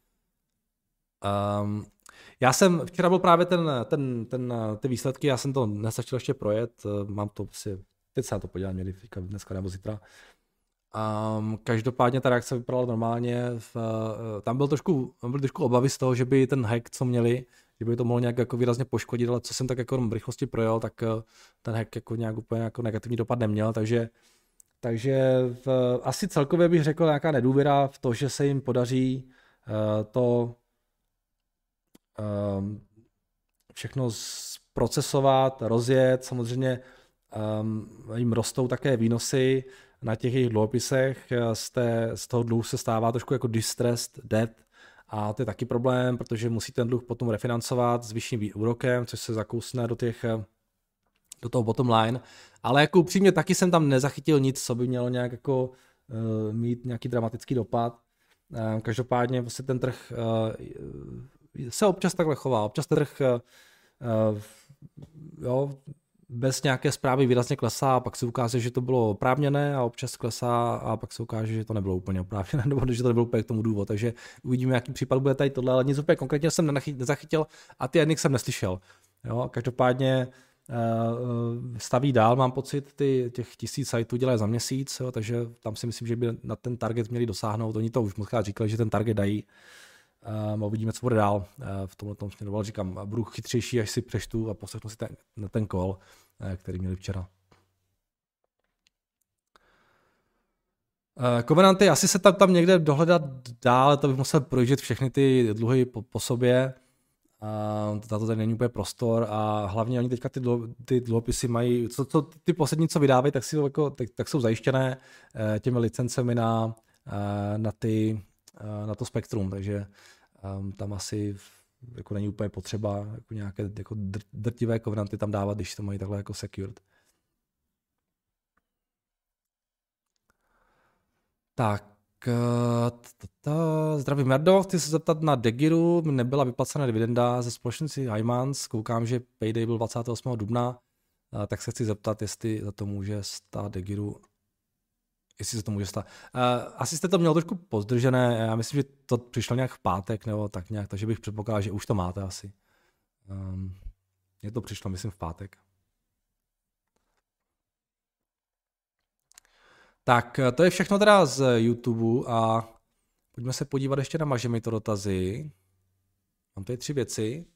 Já jsem, včera byl právě ty výsledky, já jsem to nestačil ještě projet, mám to asi, teď se na to podívám, měli dneska nebo zítra. Každopádně ta reakce vypadala normálně, tam byly trošku obavy z toho, že by ten hack, co měli, že by to mohlo nějak jako výrazně poškodit, ale co jsem tak jako v rychlosti projel, tak ten hack jako nějak úplně jako negativní dopad neměl, takže asi celkově bych řekl nějaká nedůvěra v to, že se jim podaří to všechno zprocesovat, rozjet, samozřejmě jim rostou také výnosy na těch jejich dluhopisech, z toho dluhu se stává trošku jako distressed debt a to je taky problém, protože musí ten dluh potom refinancovat s vyšším úrokem, což se zakousne do toho bottom line, ale jako upřímně taky jsem tam nezachytil nic, co by mělo nějak jako mít nějaký dramatický dopad. Každopádně vlastně ten trh se občas takhle chová, občas ten trh bez nějaké zprávy výrazně klesá a pak se ukáže, že to bylo oprávněné a občas klesá a pak se ukáže, že to nebylo úplně oprávněné nebo že to nebylo úplně k tomu důvod, takže uvidíme, jaký případ bude tady tohle, ale nic úplně konkrétně jsem nezachytil a ty jedných jsem neslyšel. Jo, každopádně staví dál, mám pocit, těch 1000 siteů dělají za měsíc, jo, takže tam si myslím, že by na ten target měli dosáhnout. Oni to už možná říkali, že ten target dají. Uvidíme, co bude dál. V tomhle tom směru říkám, budu chytřejší, až si přečtu a poslechnu si ten call, který měli včera. Covenanty, asi se tam někde dohledat dál, to bych musel projíždět všechny ty dluhy po sobě. Na to tady není úplně prostor a hlavně oni teďka ty dluhopisy mají, ty poslední, co vydávají, tak jsou zajištěné těmi licencemi na to spektrum, takže tam asi jako není úplně potřeba jako nějaké jako drtivé covenanty tam dávat, když to mají takhle jako secured. Tak, zdravím Jardo, chci se zeptat na Degiru, nebyla vyplacena dividenda ze společnosti Heimans, koukám, že payday byl 28. dubna, tak se chci zeptat, jestli za to může stát Degiru, jestli se to může stát. Asi jste to měl trošku pozdržené, já myslím, že to přišlo nějak v pátek nebo tak nějak, takže bych předpokládal, že už to máte asi. Mně to přišlo, myslím, v pátek. Tak to je všechno teda z YouTube a pojďme se podívat ještě na Mažemi to dotazy. Mám tady 3 věci.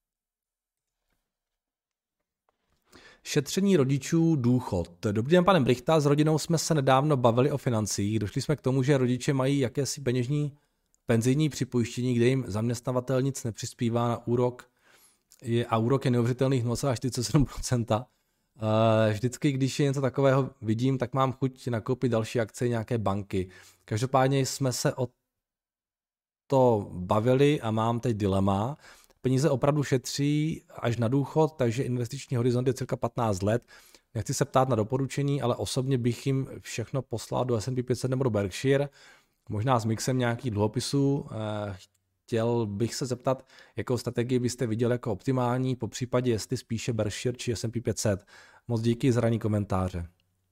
Šetření rodičů, důchod. Dobrý den, pane Brichta, s rodinou jsme se nedávno bavili o financích. Došli jsme k tomu, že rodiče mají jakési peněžní penzijní připojištění, kde jim zaměstnavatel nic nepřispívá na úrok a úrok je neuvěřitelných 0,47%. Vždycky, když je něco takového vidím, tak mám chuť nakoupit další akcie nějaké banky. Každopádně jsme se o to bavili a mám teď dilema. Peníze opravdu šetří až na důchod, takže investiční horizont je cirka 15 let. Nechci se ptát na doporučení, ale osobně bych jim všechno poslal do S&P 500 nebo do Berkshire, možná s mixem nějakých dluhopisů. Chtěl bych se zeptat, jakou strategii byste viděl jako optimální, po případě jestli spíše Berkshire či S&P 500. Moc díky za ranní komentáře.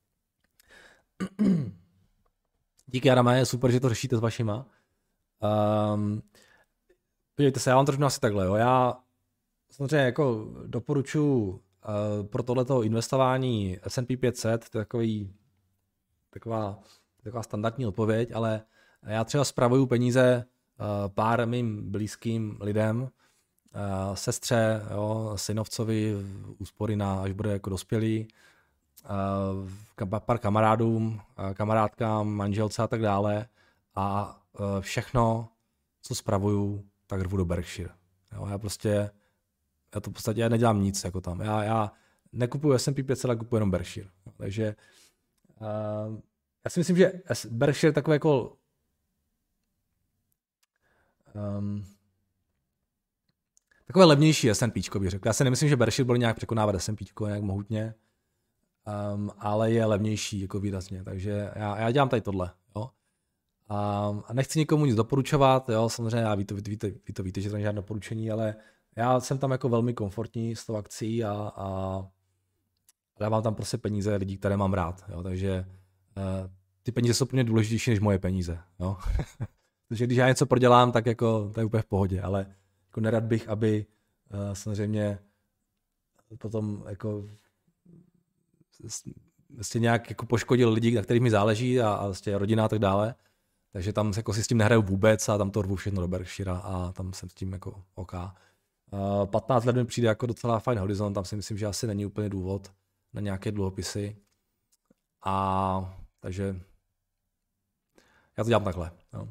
Díky, Adame, je super, že to řešíte s vašima. Podívejte se, já vám to řeknu asi takhle. Jo. Já samozřejmě jako doporučuji pro tohleto investování S&P 500, to je taková standardní odpověď, ale já třeba spravuju peníze pár mým blízkým lidem, sestře, jo, synovcovi, úspory na, až bude jako dospělý, pár kamarádům, kamarádkám, manželce a tak dále a všechno, co spravuju, tak rvu do Berkshire. Jo, já to v podstatě nedělám nic jako tam. Já nekupuju S&P 500, ale kupuju jenom Berkshire. Takže já si myslím, že Berkshire je takové jako takové levnější S&P, bych řekl. Já si nemyslím, že Berkshire byl nějak překonávat S&P nějak mohutně, ale je levnější jako výrazně. Takže já dělám tady tohle. Jo. A nechci nikomu nic doporučovat, jo, samozřejmě vy to víte, že to není žádné doporučení, ale já jsem tam jako velmi komfortní s tou akcí a dávám tam prostě peníze lidí, které mám rád, jo, takže ty peníze jsou pro mě důležitější než moje peníze, jo. Takže když já něco prodělám, tak jako to je úplně v pohodě, ale jako nerad bych, aby samozřejmě potom jako vlastně nějak jako poškodil lidi, na kterých mi záleží a vlastně rodina a tak dále. Takže tam jako si s tím nehraju vůbec a tam to rvu všechno do Berkshire a tam jsem s tím jako OK. 15 let mi přijde jako docela fajn horizont, tam si myslím, že asi není úplně důvod na nějaké dluhopisy. Takže já to dělám takhle. Jo.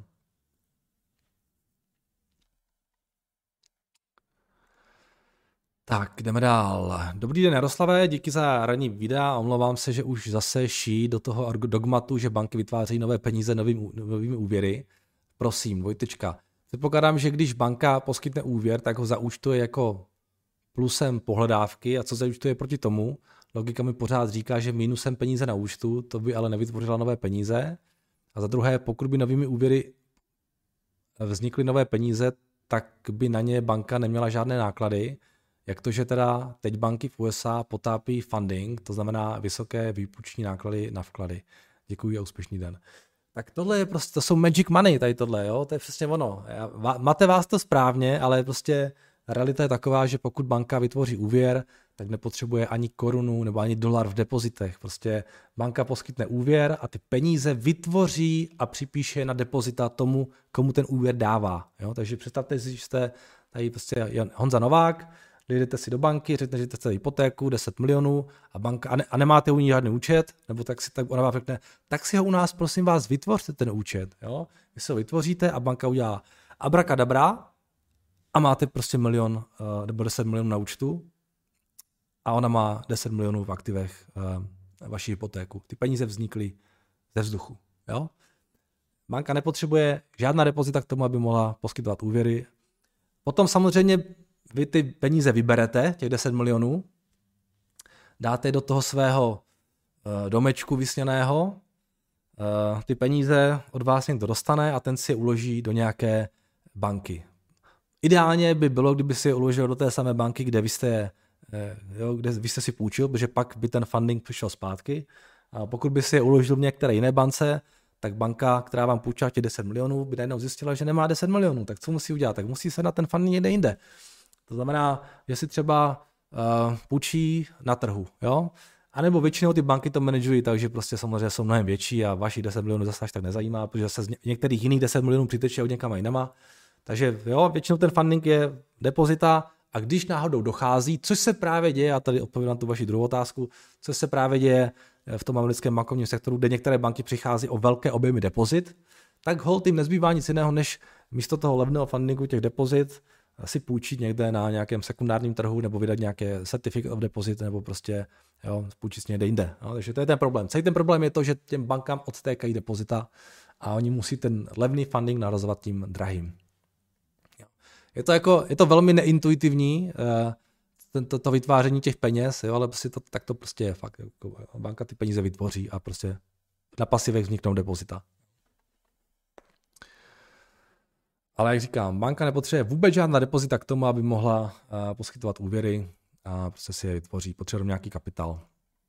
Tak, jdeme dál. Dobrý den, Jaroslave, díky za ranní videa. Omlouvám se, že už zase ší do toho dogmatu, že banky vytvářejí nové peníze novými úvěry. Prosím, Vojtečka. Předpokládám, že když banka poskytne úvěr, tak ho zaúčtuje jako plusem pohledávky a co zaúčtuje proti tomu. Logika mi pořád říká, že minusem peníze na účtu, to by ale nevytvořila nové peníze. A za druhé, pokud by novými úvěry vznikly nové peníze, tak by na ně banka neměla žádné náklady. Jak to, že teda teď banky v USA potápí funding, to znamená vysoké výpůjční náklady na vklady. Děkuji a úspěšný den. Tak tohle je prostě, to jsou magic money tady tohle, jo, to je přesně ono. Máte vás to správně, ale prostě realita je taková, že pokud banka vytvoří úvěr, tak nepotřebuje ani korunu nebo ani dolar v depozitech. Prostě banka poskytne úvěr a ty peníze vytvoří a připíše na depozita tomu, komu ten úvěr dává. Jo? Takže představte si, že jste tady prostě Honza Novák, jdete si do banky, řeknete, že chcete hypotéku 10 milionů a banka a nemáte u ní žádný účet, nebo tak ona vám řekne, tak si ho u nás prosím vás vytvořte ten účet. Jo? Vy si ho vytvoříte a banka udělá abrakadabra a máte prostě milion nebo 10 milionů na účtu a ona má 10 milionů v aktivech vaší hypotéku. Ty peníze vznikly ze vzduchu. Jo? Banka nepotřebuje žádná depozita k tomu, aby mohla poskytovat úvěry. Potom samozřejmě vy ty peníze vyberete, těch 10 milionů, dáte do toho svého domečku vysněného, ty peníze od vás někdo dostane a ten si je uloží do nějaké banky. Ideálně by bylo, kdyby si je uložil do té samé banky, kde vy jste si půjčil, protože pak by ten funding přišel zpátky. A pokud by si je uložil v některé jiné bance, tak banka, která vám půjčila těch 10 milionů, by najednou zjistila, že nemá 10 milionů. Tak co musí udělat? Tak musí se na ten funding někde jinde. To znamená, že si třeba půjčí na trhu, jo? A nebo většinou ty banky to manažují, takže prostě samozřejmě jsou mnohem větší a vašich 10 milionů zase až tak nezajímá, protože se z některých jiných 10 milionů přiteče od někam jinama. Takže jo, většinou ten funding je depozita a když náhodou dochází, což se právě děje, a tady odpovím na tu vaši druhou otázku, co se právě děje v tom americkém bankovním sektoru, kde některé banky přichází o velké objemy depozit, tak holt jim nezbývá nic jiného, než místo toho levného fundingu těch depozit si půjčit někde na nějakém sekundárním trhu nebo vydat nějaké certificate of deposit nebo prostě půjčit si někde jinde. No, takže to je ten problém. Celý ten problém je to, že těm bankám odtékají depozita a oni musí ten levný funding nahrazovat tím drahým. Je to velmi neintuitivní, to vytváření těch peněz, jo, ale prostě tak to prostě je fakt. Banka ty peníze vytvoří a prostě na pasivech vzniknou depozita. Ale jak říkám, banka nepotřebuje vůbec žádná depozita k tomu, aby mohla poskytovat úvěry a prostě si je vytvoří. Potřebuje nějaký kapitál.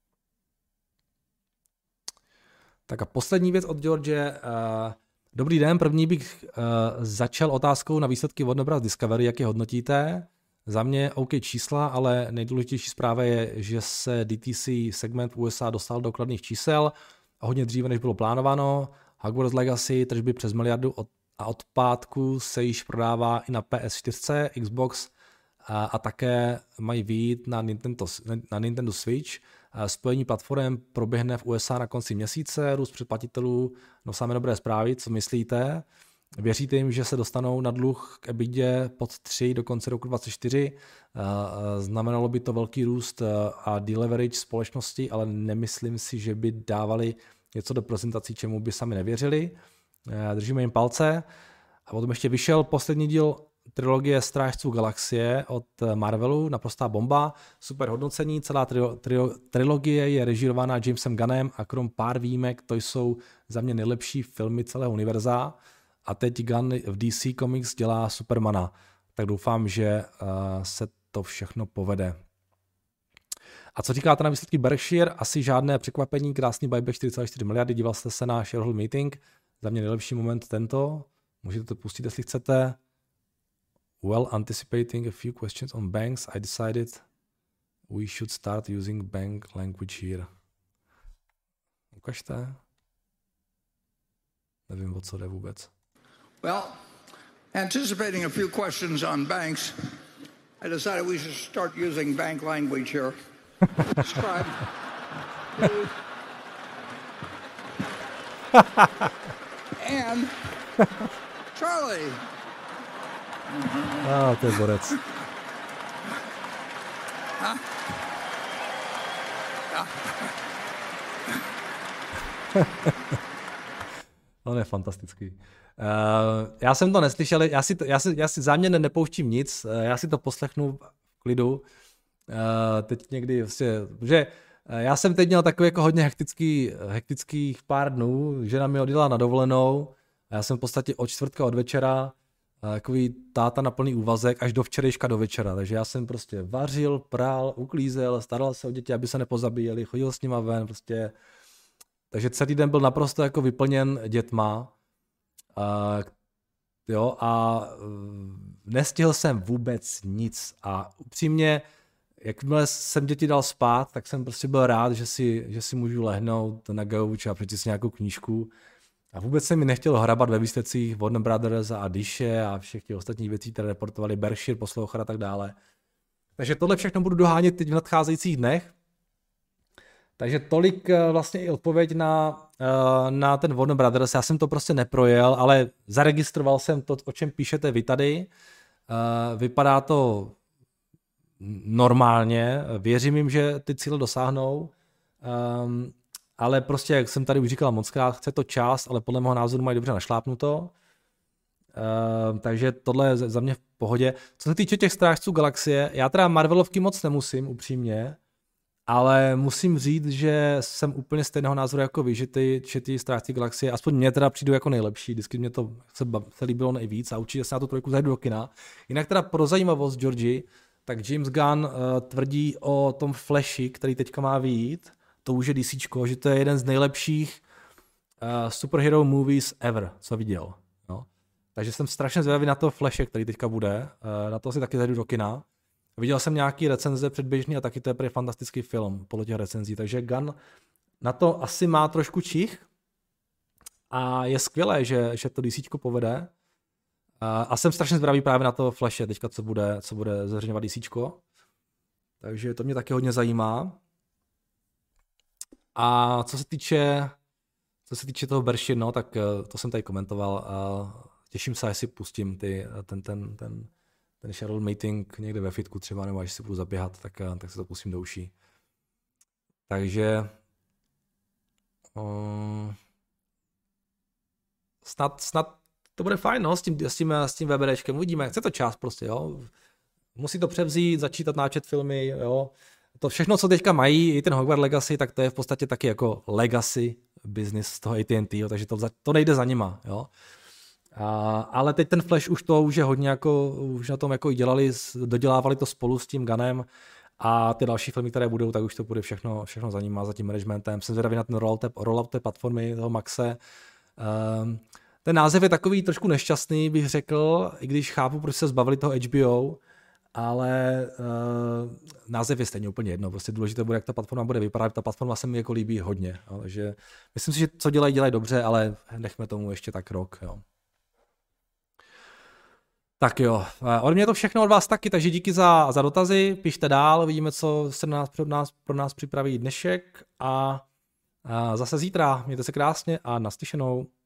Tak a poslední věc od George. Dobrý den, první bych začal otázkou na výsledky Warner Bros. Discovery, jak je hodnotíte. Za mě OK čísla, ale nejdůležitější zpráva je, že se DTC segment USA dostal do kladných čísel a hodně dříve, než bylo plánováno. Hogwarts Legacy tržby přes miliardu a od pátku se již prodává i na PS4, Xbox a také mají vyjít na Nintendo Switch. Spojení platform proběhne v USA na konci měsíce, růst předplatitelů, no samé dobré zprávy, co myslíte? Věříte jim, že se dostanou na dluh k EBITDA pod 3 do konce roku 2024? Znamenalo by to velký růst a deleverage společnosti, ale nemyslím si, že by dávali něco do prezentací, čemu by sami nevěřili. Držíme jim palce. A potom ještě vyšel poslední díl trilogie Strážců galaxie od Marvelu, naprostá bomba, super hodnocení, celá trilogie je režírovaná Jamesem Gunnem a krom pár výjimek to jsou za mě nejlepší filmy celého univerza a teď Gunn v DC Comics dělá Supermana, tak doufám, že se to všechno povede. A co říkáte na výsledky Berkshire? Asi žádné překvapení, krásný buyback 4,4 miliardy, díval jste se na shareholder meeting, za mě nejlepší moment tento, můžete to pustit, jestli chcete. Well, anticipating a few questions on banks, I decided we should start using bank language here. Ukažte. Nevím, o co jde vůbec. Well, anticipating a few questions on banks, I decided we should start using bank language here. Describe. And Charlie. To je borec. On je fantastický. Já jsem to neslyšel, já si záměrně nepouštím nic, já si to poslechnu v klidu. Teď někdy vlastně, že já jsem teď měl takový jako hodně hektických pár dnů, žena mi odjela na dovolenou a já jsem v podstatě od čtvrtka od večera takový táta na plný úvazek až do včerejška do večera, takže já jsem prostě vařil, prál, uklízel, staral se o děti, aby se nepozabíjeli, chodil s nima ven, prostě. Takže celý den byl naprosto jako vyplněn dětma. A nestihl jsem vůbec nic a upřímně, jakmile jsem děti dal spát, tak jsem prostě byl rád, že si můžu lehnout na gauč a přečíst nějakou knížku. A vůbec se mi nechtělo hrabat ve výsledcích Warner Brothers a Dishe a všech těch ostatních věcí, které reportovali Berkshire, poslouchat a tak dále. Takže tohle všechno budu dohánět teď v nadcházejících dnech. Takže tolik vlastně i odpověď na ten Warner Brothers. Já jsem to prostě neprojel, ale zaregistroval jsem to, o čem píšete vy tady. Vypadá to normálně, věřím jim, že ty cíle dosáhnou. Ale prostě, jak jsem tady už říkal mockrát, chce to čas, ale podle mého názoru mají dobře našlápnuto. Takže tohle je za mě v pohodě. Co se týče těch Strážců galaxie, já teda Marvelovky moc nemusím, upřímně, ale musím říct, že jsem úplně stejného názoru jako vy, že ty Strážci galaxie, aspoň mě teda přijdu jako nejlepší, vždycky mě to se líbilo nejvíc a určitě se na tu trojku zajdu do kina. Jinak teda pro zajímavost, Georgi, tak James Gunn tvrdí o tom Flashi, který teďka má vyjít, to už je DCčko, že to je jeden z nejlepších superhero movies ever, co viděl. No. Takže jsem strašně zvědavý na to Flashe, který teďka bude, na to si taky zajdu do kina. Viděl jsem nějaký recenze předběžný a taky to je prý fantastický film podle těch recenzí, takže Gunn na to asi má trošku čich a je skvělé, že to DCčko povede. A jsem strašně zvědavý právě na to Flashe teďka, co bude zveřejňovat DCčko. Takže to mě taky hodně zajímá. A co se týče toho Berkshire, no, tak to jsem tady komentoval. Těším se, až si pustím ten shareholder meeting někde ve fitku třeba, nebo až si budu zaběhat, tak se to pustím do uší. Takže snad to bude fajn, no, s tím VBDčkem, uvidíme, chce to čas prostě, jo. Musí to převzít, začít natáčet filmy, jo. To všechno, co teďka mají, i ten Hogwarts Legacy, tak to je v podstatě taky jako legacy business z toho AT&T, jo, takže to nejde za nima, jo. Ale teď ten Flash už je hodně jako, už na tom jako dělali, dodělávali to spolu s tím Gunnem a ty další filmy, které budou, tak už to bude všechno za nima, za tím managementem. Jsem zvědavý na ten rollout té platformy, toho Maxe. Ten název je takový trošku nešťastný, bych řekl, i když chápu, proč se zbavili toho HBO, ale název je stejně úplně jedno. Prostě důležité bude, jak ta platforma bude vypadat. Ta platforma se mi jako líbí hodně. Jo. Takže myslím si, že co dělají dobře, ale nechme tomu ještě tak rok. Jo. Tak jo, ode mě to všechno od vás taky, takže díky za dotazy, pište dál, vidíme, co se pro nás připraví dnešek a zase zítra. Mějte se krásně a naslyšenou.